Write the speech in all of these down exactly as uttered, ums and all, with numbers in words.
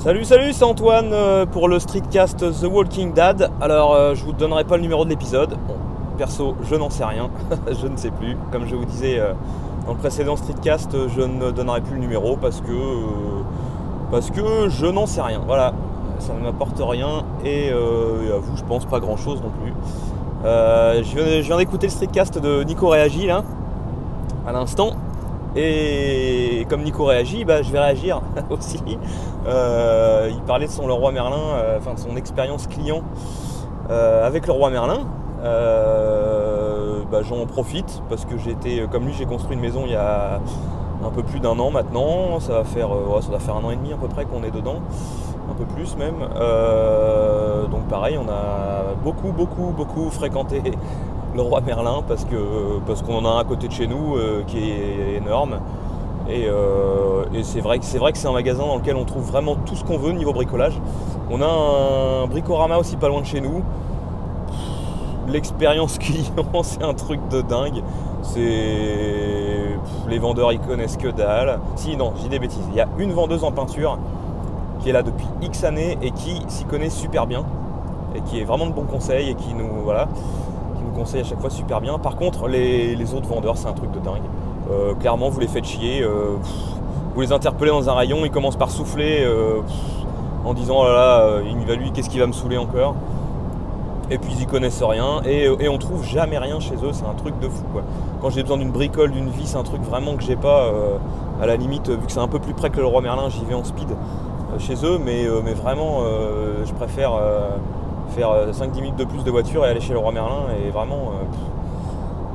Salut, salut, c'est Antoine euh, pour le streetcast The Walking Dad. Alors, euh, je vous donnerai pas le numéro de l'épisode. Bon, perso, je n'en sais rien, je ne sais plus. Comme je vous disais euh, dans le précédent streetcast, je ne donnerai plus le numéro parce que euh, parce que je n'en sais rien. Voilà, ça ne m'apporte rien et, euh, et à vous, je pense pas grand chose non plus. Euh, je viens, je viens d'écouter le streetcast de Nico Réagit là, à l'instant. Et comme Nico réagit, bah, je vais réagir aussi. Euh, il parlait de son Leroy Merlin, euh, enfin de son expérience client euh, avec Leroy Merlin. Euh, bah, j'en profite parce que j'ai été, comme lui, j'ai construit une maison il y a un peu plus d'un an maintenant. Ça va faire, euh, ouais, ça va faire un an et demi à peu près qu'on est dedans, un peu plus même. Euh, donc pareil, on a beaucoup, beaucoup, beaucoup fréquenté Leroy Merlin parce que parce qu'on en a un à côté de chez nous euh, qui est énorme et, euh, et c'est vrai que c'est vrai que c'est un magasin dans lequel on trouve vraiment tout ce qu'on veut niveau bricolage. On a un bricorama aussi pas loin de chez nous. L'expérience client, c'est un truc de dingue. C'est les vendeurs ils connaissent que dalle. Si non, j'ai des bêtises. Il y a une vendeuse en peinture qui est là depuis X années et qui s'y connaît super bien et qui est vraiment de bons conseils et qui nous voilà. nous conseille à chaque fois super bien. Par contre, les, les autres vendeurs, c'est un truc de dingue. Euh, clairement, vous les faites chier. Euh, pff, vous les interpellez dans un rayon, ils commencent par souffler euh, pff, en disant oh là là, il va lui, qu'est-ce qui va me saouler encore. Et puis ils y connaissent rien et, et on trouve jamais rien chez eux. C'est un truc de fou quoi. Quand j'ai besoin d'une bricole, d'une vis, c'est un truc vraiment que j'ai pas. Euh, à la limite, vu que c'est un peu plus près que le Leroy Merlin, j'y vais en speed euh, chez eux, mais, euh, mais vraiment, euh, je préfère. Euh, faire cinq dix minutes de plus de voiture et aller chez Leroy Merlin et vraiment euh,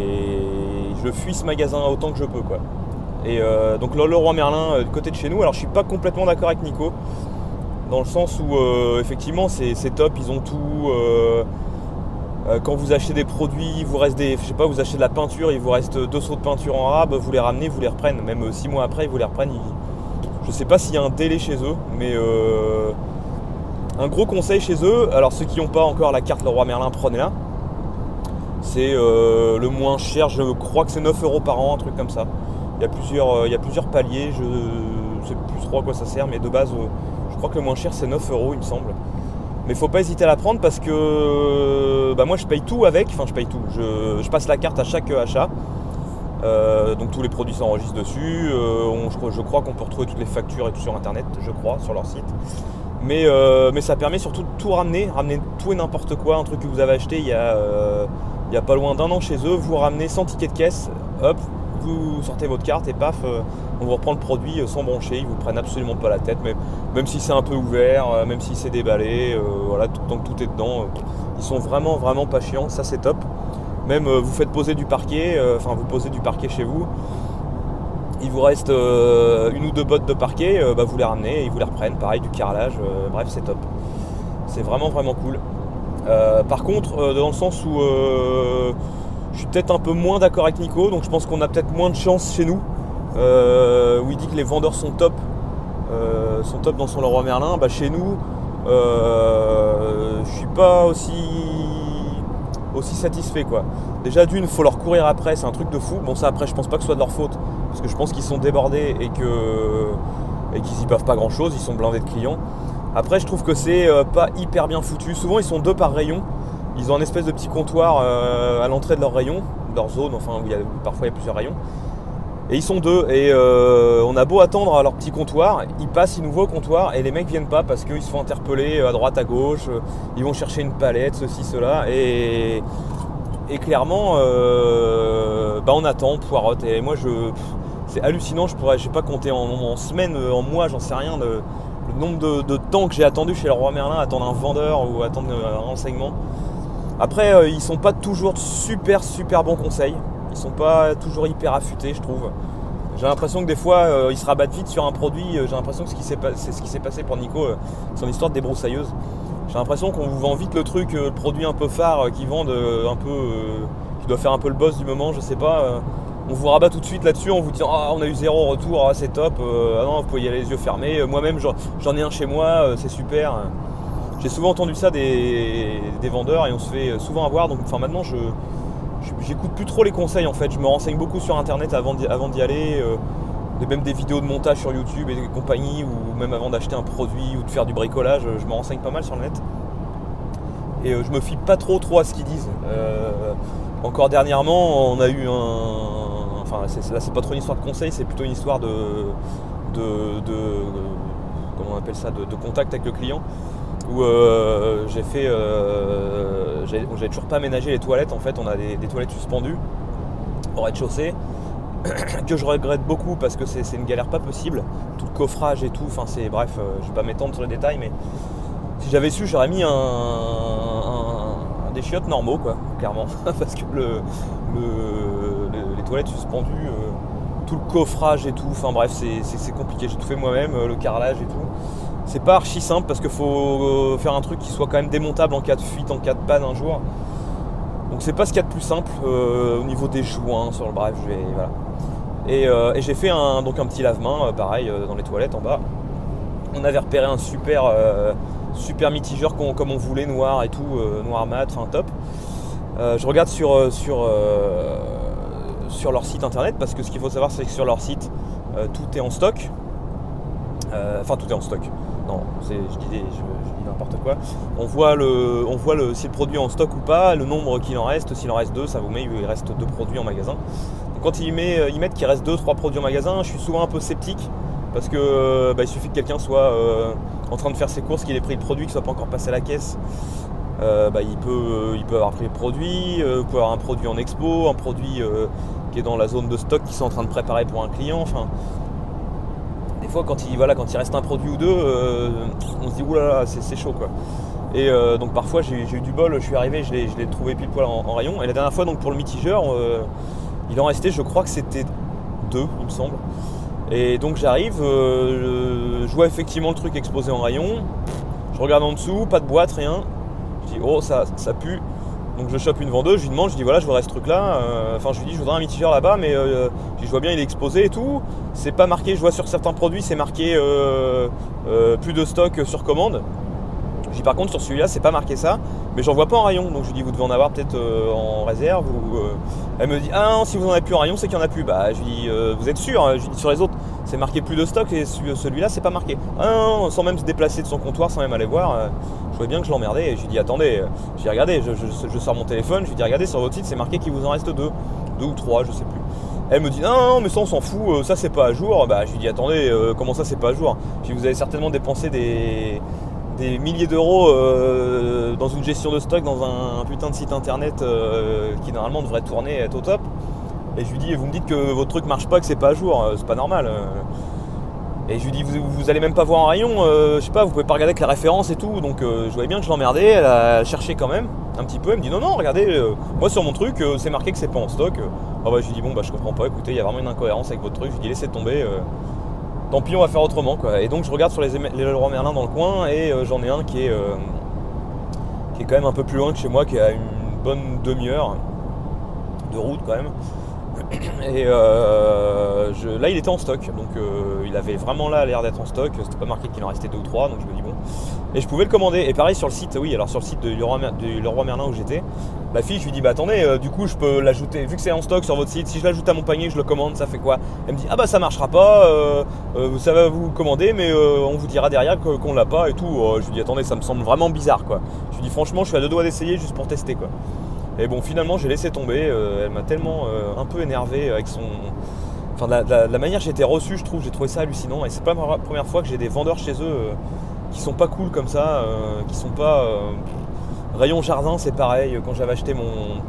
c'est je fuis ce magasin autant que je peux quoi. Et euh, donc le Leroy Merlin euh, du côté de chez nous, alors je suis pas complètement d'accord avec Nico dans le sens où euh, effectivement c'est, c'est top, ils ont tout euh, euh, quand vous achetez des produits, il vous reste des je sais pas, vous achetez de la peinture, il vous reste deux seaux de peinture en rab, vous les ramenez, vous les reprennent, même six mois après ils vous les reprennent. Ils... je sais pas s'il y a un délai chez eux, mais euh, un gros conseil chez eux, alors ceux qui n'ont pas encore la carte Leroy Merlin, prenez-la. C'est euh, le moins cher, je crois que c'est neuf euros par an, un truc comme ça. Il y a plusieurs, euh, il y a plusieurs paliers, je ne sais plus trop à quoi ça sert, mais de base, euh, je crois que le moins cher c'est neuf euros il me semble. Mais faut pas hésiter à la prendre parce que bah, moi je paye tout avec, enfin je paye tout, je, je passe la carte à chaque achat. Euh, donc tous les produits s'enregistrent dessus, euh, on, je, je crois qu'on peut retrouver toutes les factures et tout sur internet, je crois, sur leur site. Mais, euh, mais ça permet surtout de tout ramener, ramener tout et n'importe quoi, un truc que vous avez acheté il y a, euh, il y a pas loin d'un an chez eux, vous ramenez sans ticket de caisse, hop, vous sortez votre carte et paf, euh, on vous reprend le produit sans broncher, ils vous prennent absolument pas la tête, même, même si c'est un peu ouvert, euh, même si c'est déballé, euh, voilà, tout, tant que tout est dedans, euh, ils sont vraiment vraiment pas chiants, ça c'est top. Même euh, vous faites poser du parquet, enfin euh, vous posez du parquet chez vous. Il vous reste euh, une ou deux bottes de parquet, euh, bah vous les ramenez et ils vous les reprennent, pareil du carrelage, euh, bref c'est top. C'est vraiment vraiment cool. Euh, par contre, euh, dans le sens où euh, je suis peut-être un peu moins d'accord avec Nico, donc je pense qu'on a peut-être moins de chance chez nous, euh, où il dit que les vendeurs sont top, euh, sont top dans son Leroy Merlin, bah chez nous, euh, je suis pas aussi, aussi satisfait quoi. Déjà d'une, il faut leur courir après, c'est un truc de fou. Bon ça après je pense pas que ce soit de leur faute, parce que je pense qu'ils sont débordés et, que, et qu'ils y peuvent pas grand chose, ils sont blindés de clients. Après je trouve que c'est euh, pas hyper bien foutu. Souvent ils sont deux par rayon, ils ont un espèce de petit comptoir euh, à l'entrée de leur rayon, de leur zone, enfin où il y a, parfois il y a plusieurs rayons. Et ils sont deux et euh, on a beau attendre à leur petit comptoir, ils passent, ils nous voient au comptoir et les mecs viennent pas parce qu'ils se font interpeller à droite, à gauche, ils vont chercher une palette, ceci, cela et... Et clairement, euh, bah on attend, on poirote. Et moi, je, c'est hallucinant. Je pourrais, je sais pas compter en, en semaines, en mois, j'en sais rien. Le, le nombre de, de temps que j'ai attendu chez Leroy Merlin, attendre un vendeur ou attendre un renseignement. Après, euh, ils sont pas toujours de super super bons conseils. Ils sont pas toujours hyper affûtés, je trouve. J'ai l'impression que des fois, euh, ils se rabattent vite sur un produit. J'ai l'impression que ce qui s'est pas, c'est ce qui s'est passé pour Nico, euh, son histoire de débroussailleuse. J'ai l'impression qu'on vous vend vite le truc, le produit un peu phare qui vendent un peu, euh, qui doit faire un peu le boss du moment, je sais pas. Euh, on vous rabat tout de suite là-dessus en vous disant ah on a eu zéro retour, ah c'est top, euh, ah non vous pouvez y aller les yeux fermés. Moi-même j'en, j'en ai un chez moi, euh, c'est super. J'ai souvent entendu ça des, des vendeurs et on se fait souvent avoir. Donc enfin maintenant je, je j'écoute plus trop les conseils en fait. Je me renseigne beaucoup sur internet avant d'y, avant d'y aller. Euh, des, même des vidéos de montage sur YouTube et des compagnies, ou même avant d'acheter un produit ou de faire du bricolage, je me renseigne pas mal sur le net. Et euh, je me fie pas trop trop à ce qu'ils disent. Euh, encore dernièrement, on a eu un... Enfin, c'est, là c'est pas trop une histoire de conseil, c'est plutôt une histoire de... de, de comment on appelle ça, de, de contact avec le client, où euh, j'ai fait... Euh, j'ai, j'ai toujours pas aménagé les toilettes, en fait, on a des, des toilettes suspendues au rez-de-chaussée, que je regrette beaucoup parce que c'est, c'est une galère pas possible, tout le coffrage et tout, enfin c'est... Bref, euh, je vais pas m'étendre sur les détails, mais si j'avais su, j'aurais mis un, un, un des chiottes normaux, quoi, clairement, parce que le, le, le, les toilettes suspendues, euh, tout le coffrage et tout, enfin bref, c'est, c'est, c'est compliqué. J'ai tout fait moi-même, euh, le carrelage et tout. C'est pas archi simple parce qu'il faut faire un truc qui soit quand même démontable en cas de fuite, en cas de panne un jour. Donc c'est pas ce qu'il y a de plus simple euh, au niveau des joints, sur le bref, je vais, voilà. Et, euh, et j'ai fait un, donc un petit lave-main, euh, pareil, euh, dans les toilettes en bas. On avait repéré un super... Euh, super mitigeur comme on voulait, noir et tout, euh, noir mat, enfin top. Euh, je regarde sur, euh, sur, euh, sur leur site internet, parce que ce qu'il faut savoir, c'est que sur leur site, euh, tout est en stock. Euh, enfin, tout est en stock. Non, c'est, je, dis, je, je dis n'importe quoi. On voit, le, on voit le, si le produit est en stock ou pas, le nombre qu'il en reste. S'il en reste deux, ça vous met, il reste deux produits en magasin. Donc, quand ils, met, ils mettent qu'il reste deux, trois produits en magasin, je suis souvent un peu sceptique. Parce que bah, il suffit que quelqu'un soit euh, en train de faire ses courses, qu'il ait pris le produit, qu'il ne soit pas encore passé à la caisse. Euh, bah, il, peut, il peut avoir pris le produit, euh, il peut avoir un produit en expo, un produit euh, qui est dans la zone de stock qu'ils sont en train de préparer pour un client. Enfin, des fois, quand il, voilà, quand il reste un produit ou deux, euh, on se dit oulala, c'est, c'est chaud quoi. Et euh, donc parfois j'ai, j'ai eu du bol, je suis arrivé, je l'ai, je l'ai trouvé pile poil en, en rayon. Et la dernière fois, donc pour le mitigeur, euh, il en restait, je crois que c'était deux, il me semble. Et donc j'arrive, euh, je vois effectivement le truc exposé en rayon, je regarde en dessous, pas de boîte, rien. Je dis oh ça, ça pue. Donc je chope une vendeuse, je lui demande, je dis voilà je voudrais ce truc là. Enfin je lui dis je voudrais un mitigeur là-bas, mais euh, je vois bien il est exposé et tout. C'est pas marqué, je vois sur certains produits c'est marqué euh, euh, plus de stock sur commande. Je dis par contre sur celui-là c'est pas marqué ça, mais j'en vois pas en rayon, donc je lui dis vous devez en avoir peut-être euh, en réserve ou euh... elle me dit ah non si vous en avez plus en rayon c'est qu'il y en a plus. Bah je lui dis euh, vous êtes sûr? Je lui dis sur les autres c'est marqué plus de stock et celui-là c'est pas marqué. Ah non, non, sans même se déplacer de son comptoir, sans même aller voir, euh, je vois bien que je l'emmerdais et je lui dis attendez, je dis regardez, je, je, je sors mon téléphone, je lui dis regardez sur votre site c'est marqué qu'il vous en reste deux, deux ou trois, je sais plus. Elle me dit non, non mais ça on s'en fout, ça c'est pas à jour. Bah je lui dis attendez, euh, comment ça c'est pas à jour? Je dis vous avez certainement dépensé des des milliers d'euros euh, dans une gestion de stock, dans un, un putain de site internet euh, qui normalement devrait tourner et être au top. Et je lui dis, vous me dites que votre truc marche pas, que c'est pas à jour, euh, c'est pas normal. Et je lui dis, vous, vous allez même pas voir en rayon, euh, je sais pas, vous pouvez pas regarder avec la référence et tout. Donc euh, je voyais bien que je l'emmerdais, elle a cherché quand même un petit peu, elle me dit non non regardez, euh, moi sur mon truc euh, c'est marqué que c'est pas en stock. Ah bah je lui dis bon bah je comprends pas, écoutez il y a vraiment une incohérence avec votre truc, je lui dis laissez tomber. Euh, Tant pis, on va faire autrement quoi. Et donc je regarde sur les, les Leroy Merlin dans le coin et euh, j'en ai un qui est, euh, qui est quand même un peu plus loin que chez moi, qui a une bonne demi-heure de route quand même. Et euh, je, là il était en stock, donc euh, il avait vraiment là l'air d'être en stock, c'était pas marqué qu'il en restait deux ou trois, donc je me dis bon. Et je pouvais le commander. Et pareil sur le site, oui, alors sur le site de Leroy, de Leroy Merlin où j'étais, la fille je lui dis bah attendez, euh, du coup je peux l'ajouter, vu que c'est en stock sur votre site, si je l'ajoute à mon panier, je le commande, ça fait quoi? Elle me dit ah bah ça marchera pas, euh, euh, ça va vous commander, mais euh, on vous dira derrière que, qu'on l'a pas et tout. Euh, je lui dis attendez, ça me semble vraiment bizarre quoi. Je lui dis franchement je suis à deux doigts d'essayer juste pour tester quoi. Et bon finalement j'ai laissé tomber, euh, elle m'a tellement euh, un peu énervé avec son... Enfin de la, de la, de la manière j'ai été reçu, je trouve, j'ai trouvé ça hallucinant. Et c'est pas ma première fois que j'ai des vendeurs chez eux euh, qui sont pas cool comme ça, euh, qui sont pas... Euh... Rayon jardin c'est pareil, quand j'avais acheté mon...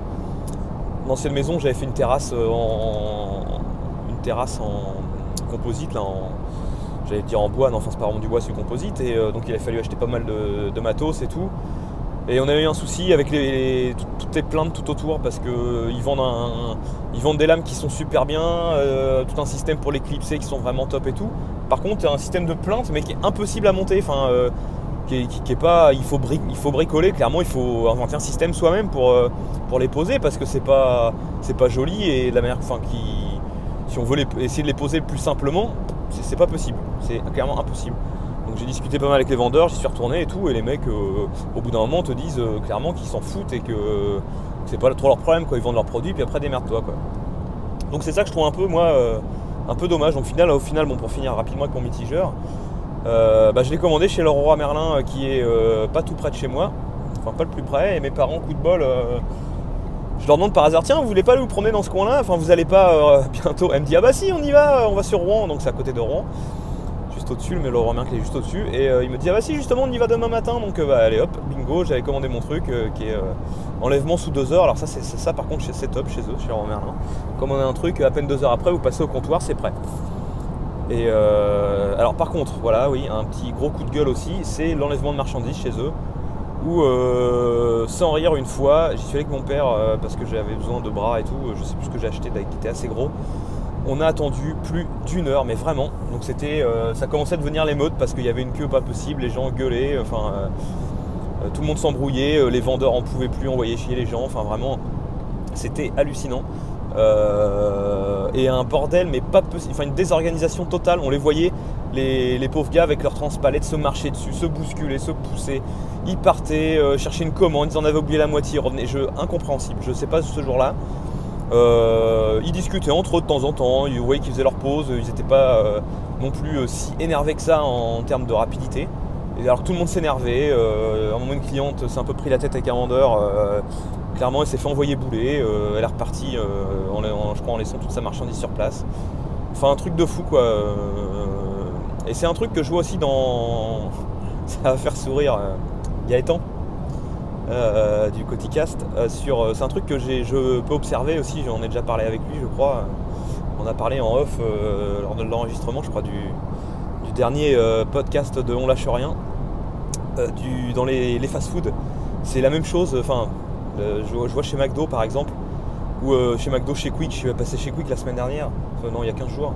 mon ancienne maison j'avais fait une terrasse en... une terrasse en composite là, en... j'allais dire en bois, non enfin c'est pas vraiment du bois, c'est du composite. Et euh, donc il a fallu acheter pas mal de, de matos et tout. Et on a eu un souci avec les, les, toutes les plaintes tout autour parce qu'ils vendent, un, ils vendent des lames qui sont super bien, euh, tout un système pour les clipser qui sont vraiment top et tout. Par contre, il y a un système de plainte mais qui est impossible à monter, enfin, euh, qui, est, qui, qui est pas, il faut, bric, il faut bricoler, clairement il faut inventer un système soi-même pour, euh, pour les poser parce que c'est pas, c'est pas joli et de la manière, enfin, qui, si on veut les, essayer de les poser le plus simplement, c'est, c'est pas possible, c'est clairement impossible. Donc j'ai discuté pas mal avec les vendeurs, j'y suis retourné et tout, et les mecs euh, au bout d'un moment te disent euh, clairement qu'ils s'en foutent et que euh, c'est pas trop leur problème quoi, ils vendent leurs produits puis après démerde-toi quoi. Donc c'est ça que je trouve un peu moi euh, un peu dommage. Donc final, au final, bon, pour finir rapidement avec mon mitigeur, euh, bah, je l'ai commandé chez Leroy Merlin, qui est euh, pas tout près de chez moi, enfin pas le plus près, et mes parents, coup de bol, euh, je leur demande par hasard, tiens, vous voulez pas vous promener dans ce coin-là, enfin vous allez pas euh, bientôt. Elle me dit, ah bah si, on y va, on va sur Rouen, donc c'est à côté de Rouen, juste au-dessus, mais Leroy Merlin qui est juste au-dessus, et euh, il me dit, ah bah si, justement, on y va demain matin, donc euh, bah allez hop, bingo, j'avais commandé mon truc euh, qui est euh, enlèvement sous deux heures. Alors ça, c'est, c'est ça par contre, c'est top chez eux, chez Leroy Merlin. Commander un truc, à peine deux heures après, vous passez au comptoir, c'est prêt. Et euh, alors par contre, voilà, oui, un petit gros coup de gueule aussi, c'est l'enlèvement de marchandises chez eux. Où euh, sans rire, une fois, j'y suis allé avec mon père euh, parce que j'avais besoin de bras et tout, je sais plus ce que j'ai acheté qui était assez gros. On a attendu plus d'une heure, mais vraiment. Donc c'était, euh, ça commençait à devenir l'émeute parce qu'il y avait une queue pas possible, les gens gueulaient, enfin euh, euh, tout le monde s'embrouillait, euh, les vendeurs en pouvaient plus, envoyaient chier les gens, enfin vraiment, c'était hallucinant. Euh, et un bordel, mais pas possible, enfin une désorganisation totale. On les voyait, les, les pauvres gars avec leurs transpalettes se marcher dessus, se bousculer, se pousser. Ils partaient euh, chercher une commande, ils en avaient oublié la moitié, ils revenaient. Je, incompréhensible, je sais pas ce jour-là. Euh, ils discutaient entre eux de temps en temps, vous voyez qu'ils faisaient leur pause, ils n'étaient pas euh, non plus euh, si énervés que ça en, en termes de rapidité. Et alors tout le monde s'énervait, euh, à un moment une cliente s'est un peu pris la tête avec un vendeur. Euh, Clairement, elle s'est fait envoyer bouler, euh, elle est repartie, euh, en, en, je crois, en laissant toute sa marchandise sur place. Enfin, un truc de fou, quoi. Euh, et c'est un truc que je vois aussi dans... Ça va faire sourire euh, Gaëtan, euh, du Coticast. Euh, sur, c'est un truc que j'ai, je peux observer aussi, j'en ai déjà parlé avec lui, je crois. On a parlé en off euh, lors de l'enregistrement, je crois, du, du dernier euh, podcast de On Lâche Rien. Euh, du, dans les, les fast-food, c'est la même chose, enfin... Euh, je, je vois chez McDo par exemple, ou euh, chez McDo, chez Quick, je suis passé chez Quick la semaine dernière, enfin non il y a quinze jours,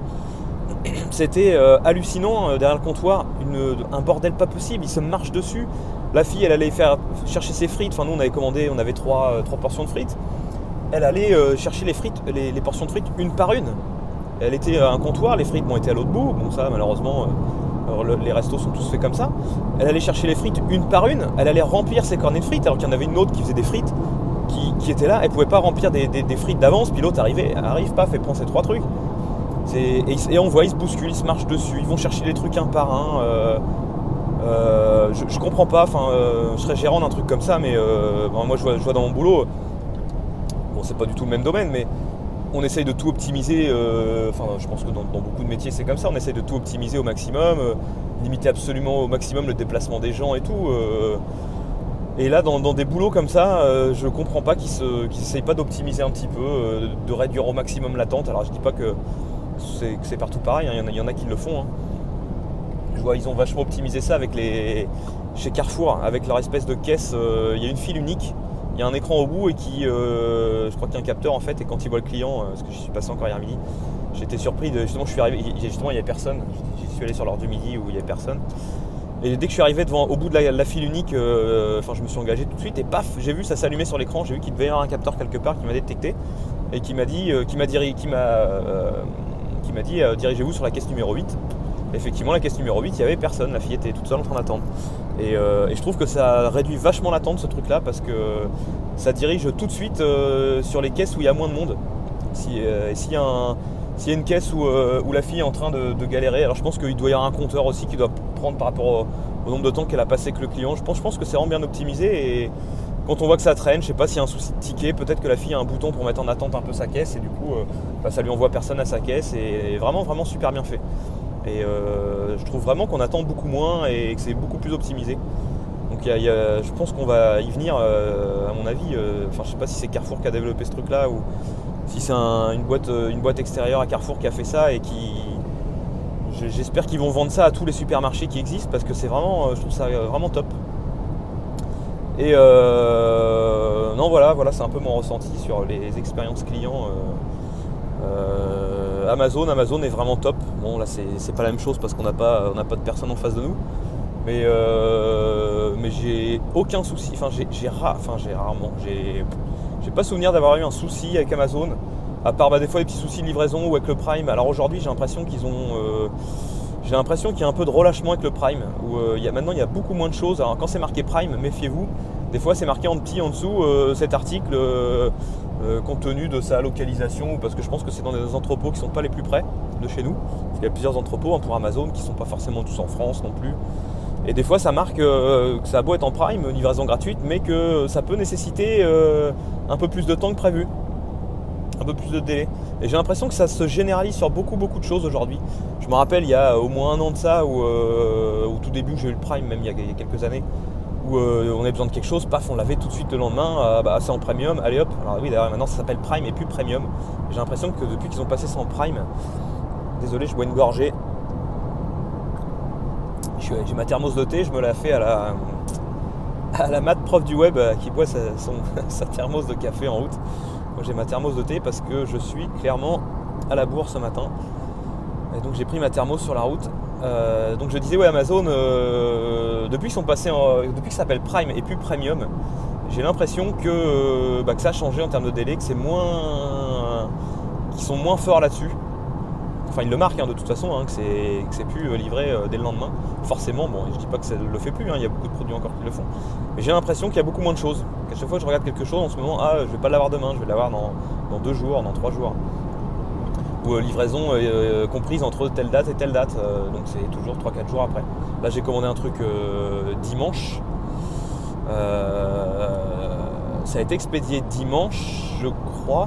c'était euh, hallucinant euh, derrière le comptoir, une, un bordel pas possible, ils se marchent dessus, la fille elle allait faire chercher ses frites, enfin nous on avait commandé, on avait trois, euh, trois portions de frites, elle allait euh, chercher les frites, les, les portions de frites une par une, elle était à un comptoir, les frites bon, étaient à l'autre bout, bon ça malheureusement... Euh, Alors, le, les restos sont tous faits comme ça. Elle allait chercher les frites une par une, elle allait remplir ses cornets de frites alors qu'il y en avait une autre qui faisait des frites qui, qui était là, elle pouvait pas remplir des, des, des frites d'avance, puis l'autre arrivait, arrive pas, fait prendre ces trois trucs. C'est, et, et on voit, ils se bousculent, ils se marchent dessus, ils vont chercher les trucs un par un. Euh, euh, je, je comprends pas, enfin euh, je serais gérant d'un truc comme ça, mais euh, bon, moi je vois, je vois dans mon boulot, bon c'est pas du tout le même domaine, mais on essaye de tout optimiser, euh, enfin je pense que dans, dans beaucoup de métiers c'est comme ça, on essaye de tout optimiser au maximum, euh, limiter absolument au maximum le déplacement des gens et tout. Euh, et là dans, dans des boulots comme ça, euh, je comprends pas qu'ils se, qu'ils essayent pas d'optimiser un petit peu, euh, de réduire au maximum l'attente. Alors je dis pas que c'est, que c'est partout pareil, hein, il y en a, il y en a qui le font. Hein. Je vois ils ont vachement optimisé ça avec les, chez Carrefour, avec leur espèce de caisse, euh, il y a une file unique. Il y a un écran au bout et qui, euh, je crois qu'il y a un capteur en fait, et quand il voit le client, euh, parce que j'y suis passé encore hier midi, j'étais surpris de, justement je suis arrivé, justement il n'y avait personne, j'y suis allé sur l'heure du midi où il n'y avait personne, et dès que je suis arrivé devant, au bout de la, la file unique, euh, enfin je me suis engagé tout de suite et paf, j'ai vu ça s'allumer sur l'écran, j'ai vu qu'il devait y avoir un capteur quelque part qui m'a détecté et qui m'a dit, euh, qui m'a dit, qui m'a, euh, qui m'a dit euh, dirigez-vous sur la caisse numéro huit. Effectivement, la caisse numéro huit, il n'y avait personne, la fille était toute seule en train d'attendre. Et, euh, et je trouve que ça réduit vachement l'attente ce truc-là parce que ça dirige tout de suite euh, sur les caisses où il y a moins de monde. Si, euh, et s'il y a, un, s'il y a une caisse où, euh, où la fille est en train de, de galérer, alors je pense qu'il doit y avoir un compteur aussi qui doit prendre par rapport au, au nombre de temps qu'elle a passé avec le client. Je pense, je pense que c'est vraiment bien optimisé et quand on voit que ça traîne, je sais pas s'il y a un souci de ticket, peut-être que la fille a un bouton pour mettre en attente un peu sa caisse et du coup euh, bah, ça lui envoie personne à sa caisse et, et vraiment vraiment super bien fait. Et euh, je trouve vraiment qu'on attend beaucoup moins et que c'est beaucoup plus optimisé. Donc y a, y a, je pense qu'on va y venir, euh, à mon avis. Euh, enfin, je sais pas si c'est Carrefour qui a développé ce truc-là ou si c'est un, une, boîte, une boîte extérieure à Carrefour qui a fait ça et qui. J'espère qu'ils vont vendre ça à tous les supermarchés qui existent parce que c'est vraiment, je trouve ça vraiment top. Et euh, non, voilà, voilà, c'est un peu mon ressenti sur les expériences clients. Euh, euh, Amazon, Amazon est vraiment top. Bon là c'est, c'est pas la même chose parce qu'on n'a pas, on n'a pas de personne en face de nous. Mais, euh, mais j'ai aucun souci. Enfin j'ai, j'ai, ra- enfin, j'ai rarement, j'ai, j'ai pas souvenir d'avoir eu un souci avec Amazon. À part bah, des fois des petits soucis de livraison ou avec le Prime. Alors aujourd'hui j'ai l'impression qu'ils ont, euh, j'ai l'impression qu'il y a un peu de relâchement avec le Prime. Où euh, il y a, maintenant il y a beaucoup moins de choses. Alors quand c'est marqué Prime, méfiez-vous. Des fois c'est marqué en petit en dessous euh, cet article. Euh, euh, compte tenu de sa localisation, parce que je pense que c'est dans des entrepôts qui ne sont pas les plus près de chez nous. Parce qu'il y a plusieurs entrepôts hein, pour Amazon qui ne sont pas forcément tous en France non plus. Et des fois ça marque euh, que ça a beau être en prime, livraison gratuite, mais que ça peut nécessiter euh, un peu plus de temps que prévu. Un peu plus de délai. Et j'ai l'impression que ça se généralise sur beaucoup beaucoup de choses aujourd'hui. Je me rappelle il y a au moins un an de ça, où, euh, au tout début j'ai eu le prime, même il y a, il y a quelques années, où euh, on avait besoin de quelque chose, paf, on l'avait tout de suite le lendemain, euh, bah, c'est en premium, allez hop. Alors oui d'ailleurs maintenant ça s'appelle prime et plus premium. J'ai l'impression que depuis qu'ils ont passé ça en prime, désolé je bois une gorgée, j'ai ma thermos de thé, je me la fais à la, à la mat prof du web qui boit sa, son, sa thermos de café en route. Moi j'ai ma thermos de thé parce que je suis clairement à la bourre ce matin. Et donc j'ai pris ma thermos sur la route. Euh, donc je disais ouais Amazon, euh, depuis qu'ils sont passés en, depuis que ça s'appelle Prime et plus Premium, j'ai l'impression que, bah, que ça a changé en termes de délai, que c'est moins, qu'ils sont moins forts là-dessus. Enfin ils le marquent hein, de toute façon, hein, que, c'est, que c'est plus livré euh, dès le lendemain. Forcément, bon je dis pas que ça le fait plus, hein, il y a beaucoup de produits encore qui le font. Mais j'ai l'impression qu'il y a beaucoup moins de choses. Qu'à chaque fois que je regarde quelque chose en ce moment, ah je vais pas l'avoir demain, je vais l'avoir dans, dans deux jours, dans trois jours. Ou euh, livraison euh, comprise entre telle date et telle date, euh, donc c'est toujours trois quatre jours après. Là j'ai commandé un truc euh, dimanche, euh, ça a été expédié dimanche je crois,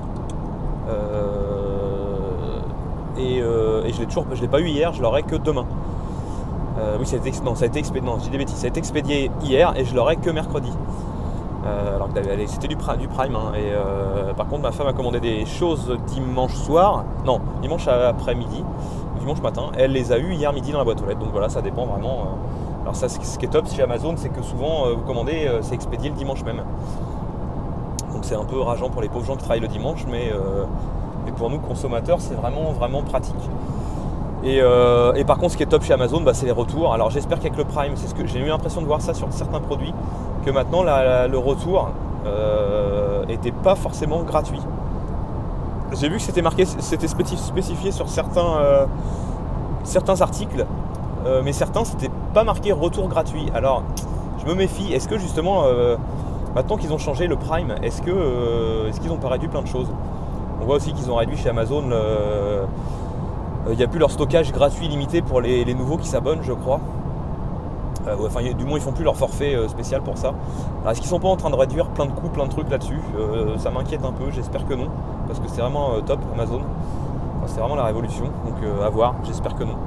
euh, et, euh, et je l'ai toujours, je l'ai pas eu hier, je l'aurai que demain. Euh, oui ça a été, non ça a été expédié, non je dis des bêtises, ça a été expédié hier et je l'aurai que mercredi. Euh, alors que c'était du, du prime hein, et euh, par contre ma femme a commandé des choses dimanche soir, non dimanche après-midi, dimanche matin, elle les a eues hier midi dans la boîte aux lettres, donc voilà ça dépend vraiment. Euh, alors ça ce qui est top chez Amazon c'est que souvent euh, vous commandez, euh, c'est expédié le dimanche même, donc c'est un peu rageant pour les pauvres gens qui travaillent le dimanche, mais, euh, mais pour nous consommateurs c'est vraiment vraiment pratique. Et, euh, et par contre ce qui est top chez Amazon bah, c'est les retours. Alors j'espère qu'avec le Prime, c'est ce que j'ai eu l'impression de voir ça sur certains produits, que maintenant la, la, le retour euh, était pas forcément gratuit. J'ai vu que c'était marqué, c'était spécifié sur certains, euh, certains articles, euh, mais certains c'était pas marqué retour gratuit. Alors je me méfie, est-ce que justement euh, maintenant qu'ils ont changé le Prime, est-ce que euh, est-ce qu'ils n'ont pas réduit plein de choses? On voit aussi qu'ils ont réduit chez Amazon le, il n'y a plus leur stockage gratuit limité pour les, les nouveaux qui s'abonnent, je crois. Euh, ouais, enfin, du moins, ils font plus leur forfait euh, spécial pour ça. Alors, est-ce qu'ils sont pas en train de réduire plein de coûts, plein de trucs là-dessus? euh, Ça m'inquiète un peu, j'espère que non. Parce que c'est vraiment euh, top, Amazon. Enfin, c'est vraiment la révolution, donc euh, à voir, j'espère que non.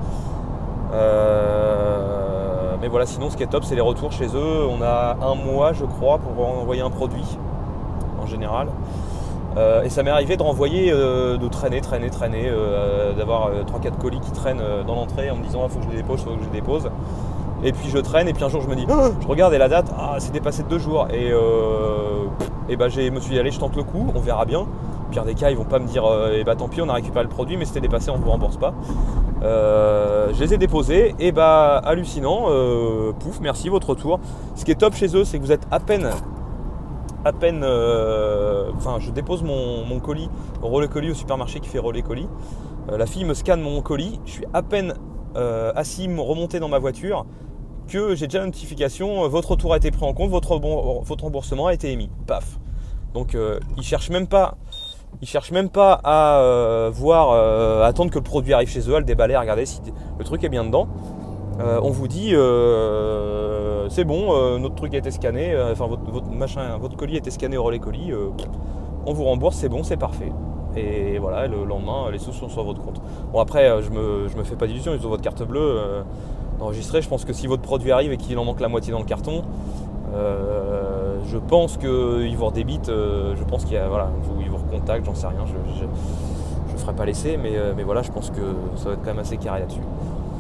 Euh, mais voilà, sinon, ce qui est top, c'est les retours chez eux. On a un mois, je crois, pour envoyer un produit, en général. Euh, et ça m'est arrivé de renvoyer, euh, de traîner, traîner, traîner, euh, d'avoir euh, trois quatre colis qui traînent euh, dans l'entrée en me disant il ah, faut que je les dépose, faut que je les dépose. Et puis je traîne et puis un jour je me dis, oh, je regarde et la date, ah c'est dépassé de deux jours. Et, euh, et bah je me suis dit allez je tente le coup, on verra bien. Au pire des cas ils vont pas me dire euh, et bah tant pis on a récupéré le produit mais c'était dépassé, on vous rembourse pas. Euh, je les ai déposés et bah hallucinant, euh, pouf merci votre retour. Ce qui est top chez eux c'est que vous êtes à peine à peine, euh, enfin je dépose mon, mon colis au relais colis au supermarché qui fait relais colis. Euh, la fille me scanne mon colis, je suis à peine euh, assis, remonté dans ma voiture, que j'ai déjà la notification, euh, votre retour a été pris en compte, votre, bon, votre remboursement a été émis. Paf. Donc euh, ils cherchent même pas, ils cherchent même pas à euh, voir, euh, attendre que le produit arrive chez eux, à le déballer, à regarder si le truc est bien dedans. Euh, on vous dit euh, c'est bon, euh, notre truc a été scanné, euh, enfin votre, votre machin, votre colis a été scanné au relais colis, euh, on vous rembourse, c'est bon, c'est parfait. Et voilà, le lendemain, les sous sont sur votre compte. Bon après, je me, je me fais pas d'illusions, ils ont votre carte bleue euh, enregistrée. Je pense que si votre produit arrive et qu'il en manque la moitié dans le carton, euh, je pense qu'ils vous redébitent. Euh, je pense qu'il y a, voilà, ils vous recontactent, j'en sais rien. Je, je, je ferai pas l'essai, mais, mais voilà, je pense que ça va être quand même assez carré là-dessus.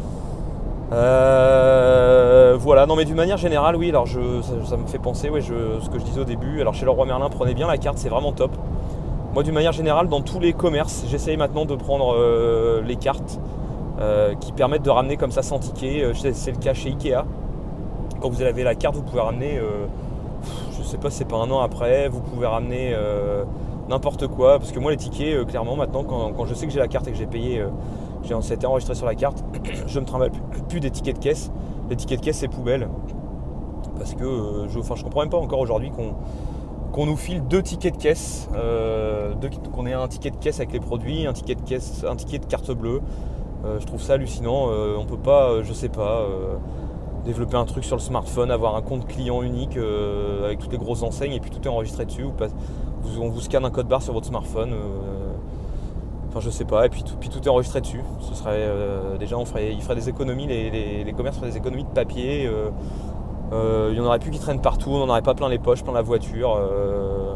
Euh, voilà, non mais d'une manière générale, oui, alors je, ça, ça me fait penser, ouais, je, ce que je disais au début, alors chez Leroy Merlin, prenez bien la carte, c'est vraiment top. Moi d'une manière générale, dans tous les commerces, j'essaye maintenant de prendre euh, les cartes euh, qui permettent de ramener comme ça sans ticket. C'est le cas chez Ikea. Quand vous avez la carte, vous pouvez ramener, euh, je sais pas si c'est pas un an après, vous pouvez ramener euh, n'importe quoi, parce que moi les tickets, euh, clairement maintenant, quand, quand je sais que j'ai la carte et que j'ai payé, euh, ça a été enregistré sur la carte, je ne me trimballe plus, plus des tickets de caisse. Les tickets de caisse c'est poubelle, parce que euh, je, enfin, je comprends même pas encore aujourd'hui qu'on qu'on nous file deux tickets de caisse, euh, deux, qu'on ait un ticket de caisse avec les produits, un ticket de caisse, un ticket de carte bleue. Euh, je trouve ça hallucinant. Euh, on peut pas, euh, je sais pas, euh, développer un truc sur le smartphone, avoir un compte client unique euh, avec toutes les grosses enseignes et puis tout est enregistré dessus. Ou pas, vous, on vous scanne un code barre sur votre smartphone. Euh, enfin, je sais pas. Et puis tout, puis tout est enregistré dessus. Ce serait euh, déjà, on ferait, il ferait des économies. Les, les, les commerces feraient des économies de papier. Euh, euh, il y en aurait plus qui traînent partout. On n'en aurait pas plein les poches, plein la voiture. Euh,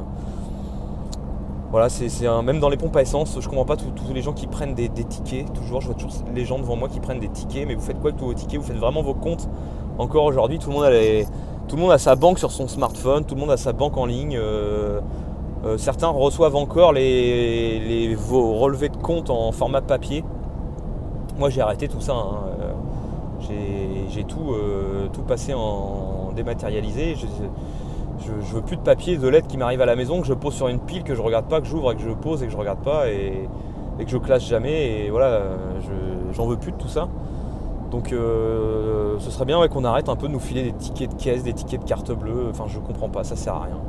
Voilà, c'est, c'est un, même dans les pompes à essence, je comprends pas tous les gens qui prennent des, des tickets. Toujours, je vois toujours les gens devant moi qui prennent des tickets. Mais vous faites quoi avec tous vos tickets? Vous faites vraiment vos comptes? Encore aujourd'hui, tout le monde a les, tout le monde a sa banque sur son smartphone, tout le monde a sa banque en ligne. Euh, euh, certains reçoivent encore les, les, vos relevés de compte en format papier. Moi, j'ai arrêté tout ça. Hein. Euh, j'ai, j'ai tout, euh, tout passé en dématérialisé. Je, Je, je veux plus de papier, de lettres qui m'arrivent à la maison, que je pose sur une pile, que je regarde pas, que j'ouvre et que je pose et que je regarde pas et, et que je classe jamais. Et voilà, je, j'en veux plus de tout ça. Donc euh, ce serait bien ouais, qu'on arrête un peu de nous filer des tickets de caisse, des tickets de carte bleue. Enfin, je comprends pas, ça sert à rien.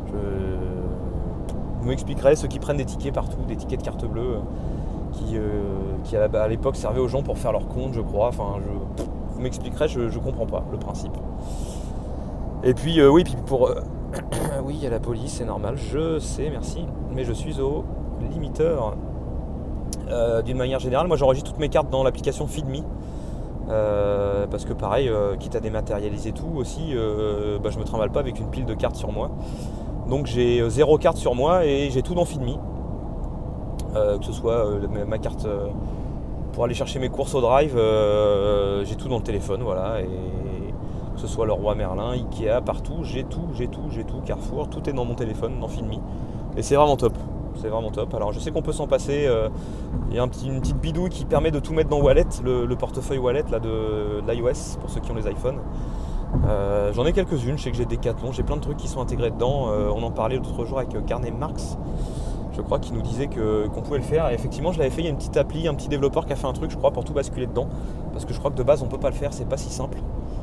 Je, vous m'expliquerez ceux qui prennent des tickets partout, des tickets de carte bleue, qui, euh, qui à, à l'époque servaient aux gens pour faire leur compte, je crois. Enfin, je, vous m'expliquerez, je, je comprends pas le principe. Et puis euh, oui, puis pour euh, oui, il y a la police, c'est normal, je sais, merci, mais je suis au limiteur. Euh, d'une manière générale, moi j'enregistre toutes mes cartes dans l'application Feedme, euh, parce que pareil, euh, quitte à dématérialiser tout aussi, euh, bah, je me trimballe pas avec une pile de cartes sur moi. Donc j'ai zéro carte sur moi et j'ai tout dans Feedme, euh, que ce soit euh, ma carte euh, pour aller chercher mes courses au drive, euh, j'ai tout dans le téléphone, voilà. Et que ce soit Leroy Merlin, Ikea, partout, j'ai tout, j'ai tout, j'ai tout, Carrefour, tout est dans mon téléphone, dans Feedme. Et c'est vraiment top, c'est vraiment top. Alors je sais qu'on peut s'en passer, euh, il y a un petit, une petite bidouille qui permet de tout mettre dans Wallet, le, le portefeuille Wallet là, de, de l'iOS, pour ceux qui ont les iPhones. Euh, j'en ai quelques-unes, je sais que j'ai Decathlon, j'ai plein de trucs qui sont intégrés dedans. Euh, on en parlait l'autre jour avec Carnet Marx, je crois, qui nous disait que, qu'on pouvait le faire. Et effectivement, je l'avais fait, il y a une petite appli, un petit développeur qui a fait un truc, je crois, pour tout basculer dedans. Parce que je crois que de base, on peut pas le faire, c'est pas si simple.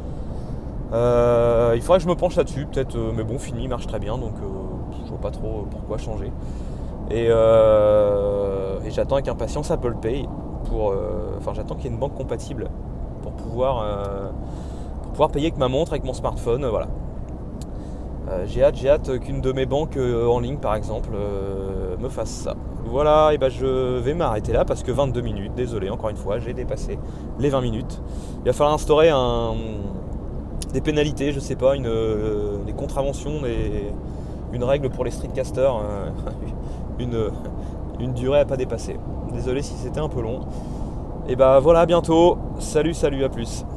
Euh, il faudrait que je me penche là-dessus, peut-être, euh, mais bon, Feedme marche très bien, donc euh, je vois pas trop pourquoi changer. Et, euh, et j'attends avec impatience Apple Pay pour, euh, enfin, j'attends qu'il y ait une banque compatible pour pouvoir, euh, pour pouvoir payer avec ma montre, avec mon smartphone, euh, voilà. Euh, j'ai hâte, j'ai hâte qu'une de mes banques euh, en ligne, par exemple, euh, me fasse ça. Voilà, et ben je vais m'arrêter là parce que vingt-deux minutes, désolé, encore une fois, j'ai dépassé les vingt minutes. Il va falloir instaurer un des pénalités, je sais pas, une, euh, des contraventions, des, une règle pour les streetcasters, euh, une, une durée à pas dépasser. Désolé si c'était un peu long. Et bah voilà, à bientôt. Salut, salut, à plus.